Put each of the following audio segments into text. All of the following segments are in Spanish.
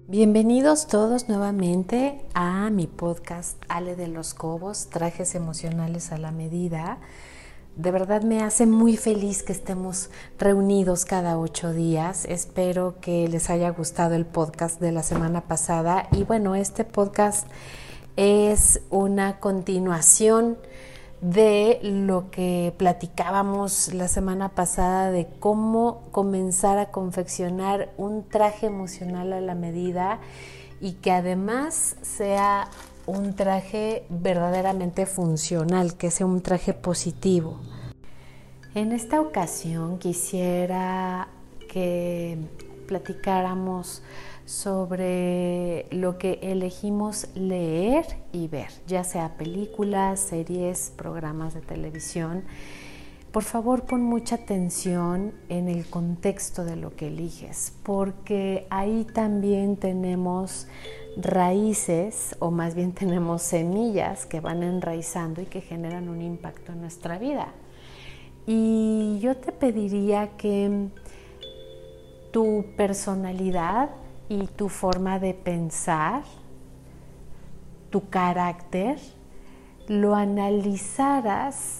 Bienvenidos todos nuevamente a mi podcast Ale de los Cobos, trajes emocionales a la medida. De verdad me hace muy feliz que estemos reunidos cada 8 días. Espero que les haya gustado el podcast de la semana pasada. Y bueno, este podcast es una continuación de lo que platicábamos la semana pasada de cómo comenzar a confeccionar un traje emocional a la medida y que además sea un traje verdaderamente funcional, que sea un traje positivo. En esta ocasión quisiera que platicáramos sobre lo que elegimos leer y ver, ya sea películas, series, programas de televisión. Por favor, pon mucha atención en el contexto de lo que eliges, porque ahí también tenemos raíces, o más bien tenemos semillas que van enraizando y que generan un impacto en nuestra vida. Y yo te pediría que tu personalidad y tu forma de pensar, tu carácter, lo analizaras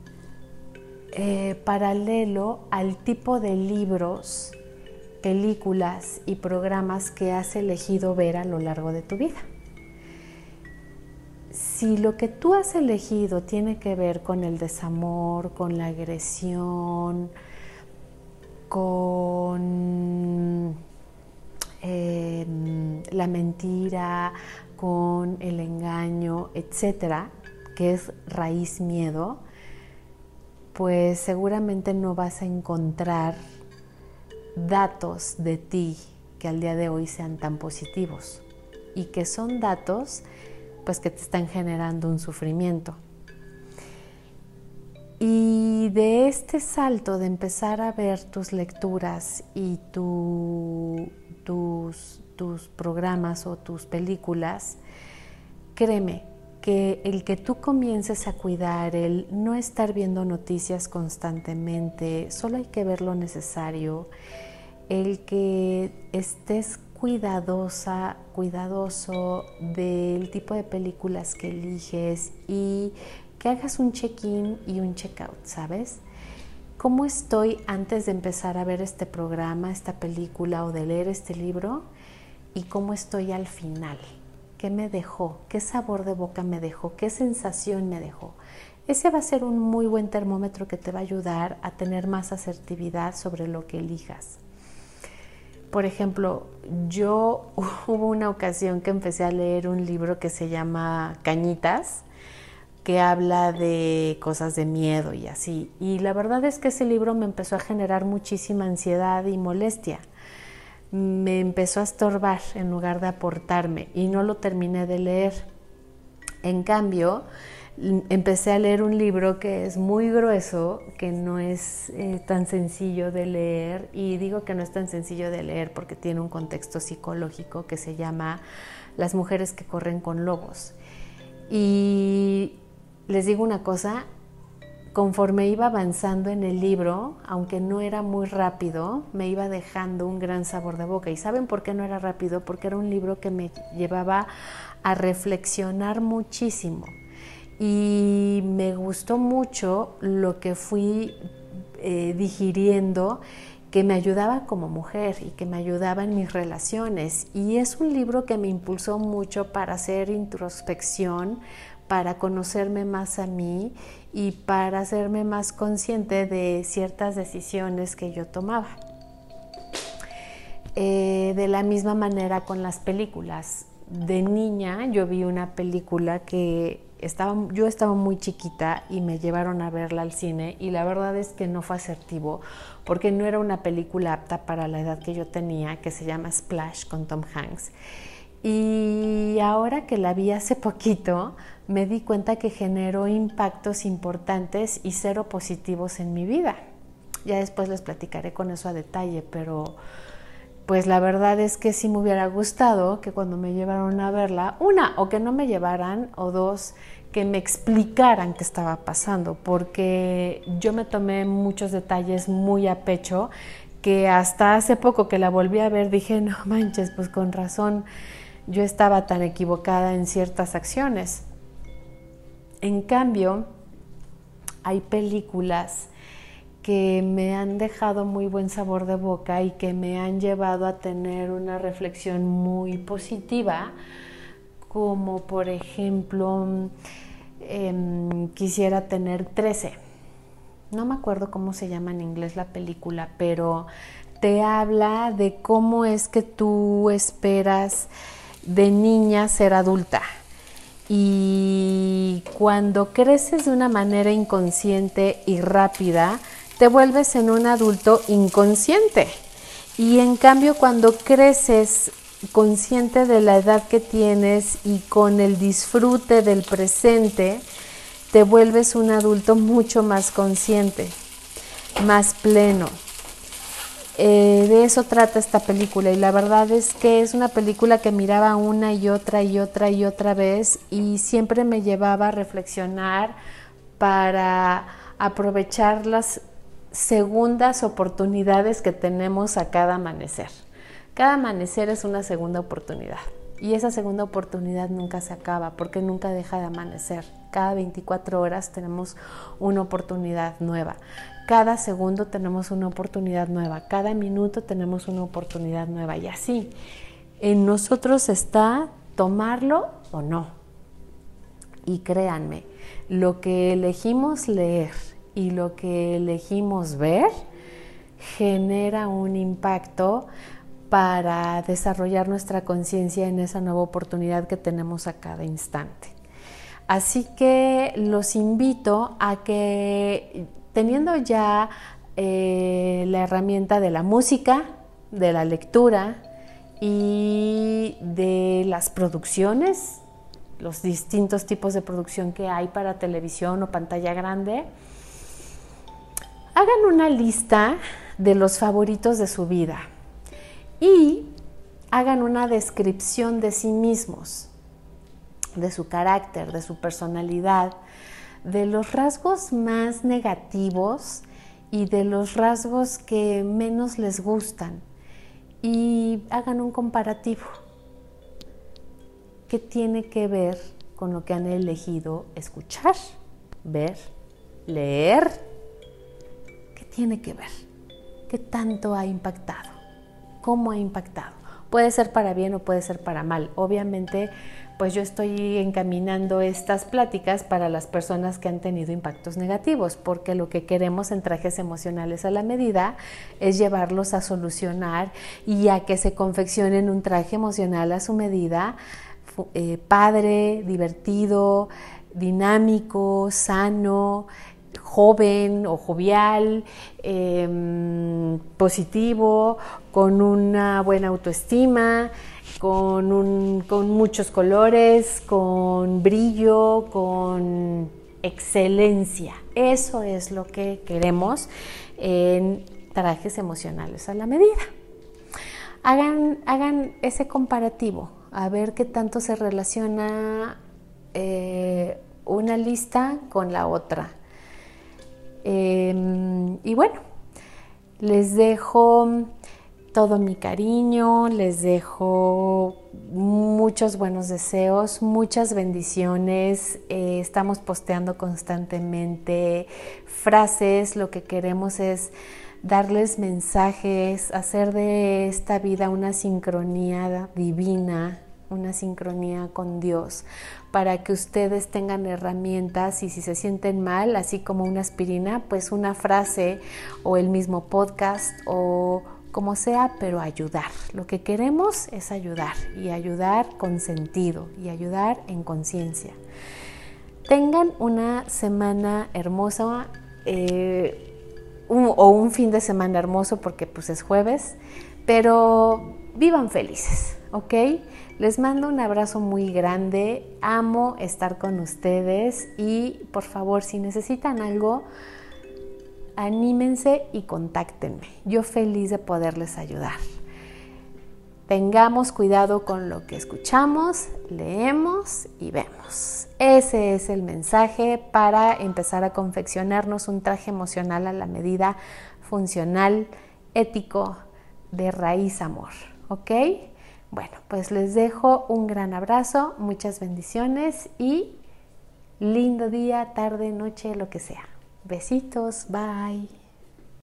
paralelo al tipo de libros, películas y programas que has elegido ver a lo largo de tu vida. Si lo que tú has elegido tiene que ver con el desamor, con la agresión, con la mentira, con el engaño, etcétera, que es raíz miedo, pues seguramente no vas a encontrar datos de ti que al día de hoy sean tan positivos y que son datos pues que te están generando un sufrimiento. Y de este salto de empezar a ver tus lecturas y tus programas o tus películas, créeme que el que tú comiences a cuidar, el no estar viendo noticias constantemente, solo hay que ver lo necesario, el que estés cuidadoso del tipo de películas que eliges y que hagas un check-in y un check-out, ¿sabes? ¿Cómo estoy antes de empezar a ver este programa, esta película o de leer este libro? ¿Y cómo estoy al final? ¿Qué me dejó? ¿Qué sabor de boca me dejó? ¿Qué sensación me dejó? Ese va a ser un muy buen termómetro que te va a ayudar a tener más asertividad sobre lo que elijas. Por ejemplo, hubo una ocasión que empecé a leer un libro que se llama Cañitas, que habla de cosas de miedo y así. Y la verdad es que ese libro me empezó a generar muchísima ansiedad y molestia. Me empezó a estorbar en lugar de aportarme y no lo terminé de leer. En cambio, empecé a leer un libro que es muy grueso, que no es tan sencillo de leer, y digo que no es tan sencillo de leer porque tiene un contexto psicológico que se llama Las mujeres que corren con lobos. Y les digo una cosa, conforme iba avanzando en el libro, aunque no era muy rápido, me iba dejando un gran sabor de boca. ¿Y saben por qué no era rápido? Porque era un libro que me llevaba a reflexionar muchísimo. Y me gustó mucho lo que fui digiriendo, que me ayudaba como mujer y que me ayudaba en mis relaciones. Y es un libro que me impulsó mucho para hacer introspección, para conocerme más a mí y para hacerme más consciente de ciertas decisiones que yo tomaba. De la misma manera con las películas. De niña yo vi una película que yo estaba muy chiquita y me llevaron a verla al cine, y la verdad es que no fue asertivo porque no era una película apta para la edad que yo tenía, que se llama Splash con Tom Hanks. Y ahora que la vi hace poquito, me di cuenta que generó impactos importantes y cero positivos en mi vida. Ya después les platicaré con eso a detalle, pero pues la verdad es que sí me hubiera gustado que cuando me llevaron a verla, una, o que no me llevaran, o dos, que me explicaran qué estaba pasando, porque yo me tomé muchos detalles muy a pecho que hasta hace poco que la volví a ver dije, no manches, pues con razón yo estaba tan equivocada en ciertas acciones. En cambio, hay películas que me han dejado muy buen sabor de boca y que me han llevado a tener una reflexión muy positiva, como por ejemplo, quisiera tener 13. No me acuerdo cómo se llama en inglés la película, pero te habla de cómo es que tú esperas de niña ser adulta. Y cuando creces de una manera inconsciente y rápida, te vuelves en un adulto inconsciente. Y en cambio, cuando creces consciente de la edad que tienes y con el disfrute del presente, te vuelves un adulto mucho más consciente, más pleno. De eso trata esta película, y la verdad es que es una película que miraba una y otra y otra y otra vez, y siempre me llevaba a reflexionar para aprovechar las segundas oportunidades que tenemos a cada amanecer. Cada amanecer es una segunda oportunidad, y esa segunda oportunidad nunca se acaba porque nunca deja de amanecer. Cada 24 horas tenemos una oportunidad nueva. Cada segundo tenemos una oportunidad nueva, cada minuto tenemos una oportunidad nueva, y así en nosotros está tomarlo o no. Y créanme, lo que elegimos leer y lo que elegimos ver genera un impacto para desarrollar nuestra conciencia en esa nueva oportunidad que tenemos a cada instante. Así que los invito a que, teniendo ya la herramienta de la música, de la lectura y de las producciones, los distintos tipos de producción que hay para televisión o pantalla grande, hagan una lista de los favoritos de su vida y hagan una descripción de sí mismos, de su carácter, de su personalidad, de los rasgos más negativos y de los rasgos que menos les gustan, y hagan un comparativo. ¿Qué tiene que ver con lo que han elegido escuchar, ver, leer? ¿Qué tiene que ver? ¿Qué tanto ha impactado? ¿Cómo ha impactado? Puede ser para bien o puede ser para mal. Obviamente, pues yo estoy encaminando estas pláticas para las personas que han tenido impactos negativos, porque lo que queremos en Trajes Emocionales a la Medida es llevarlos a solucionar y a que se confeccionen un traje emocional a su medida, padre, divertido, dinámico, sano, joven o jovial, positivo, con una buena autoestima, con muchos colores, con brillo, con excelencia. Eso es lo que queremos en Trajes Emocionales a la Medida. Hagan ese comparativo, a ver qué tanto se relaciona una lista con la otra. Y bueno, les dejo todo mi cariño, les dejo muchos buenos deseos, muchas bendiciones. Estamos posteando constantemente frases. Lo que queremos es darles mensajes, hacer de esta vida una sincronía divina, una sincronía con Dios, para que ustedes tengan herramientas, y si se sienten mal, así como una aspirina, pues una frase o el mismo podcast o como sea, pero ayudar. Lo que queremos es ayudar, y ayudar con sentido, y ayudar en conciencia. Tengan una semana hermosa, o un fin de semana hermoso, porque pues es jueves, pero vivan felices, ¿ok? Les mando un abrazo muy grande, amo estar con ustedes, y por favor, si necesitan algo, anímense y contáctenme. Yo feliz de poderles ayudar. Tengamos cuidado con lo que escuchamos, leemos y vemos. Ese es el mensaje para empezar a confeccionarnos un traje emocional a la medida, funcional, ético de raíz amor, ¿ok? Bueno, pues les dejo un gran abrazo, muchas bendiciones y lindo día, tarde, noche, lo que sea. Besitos, bye.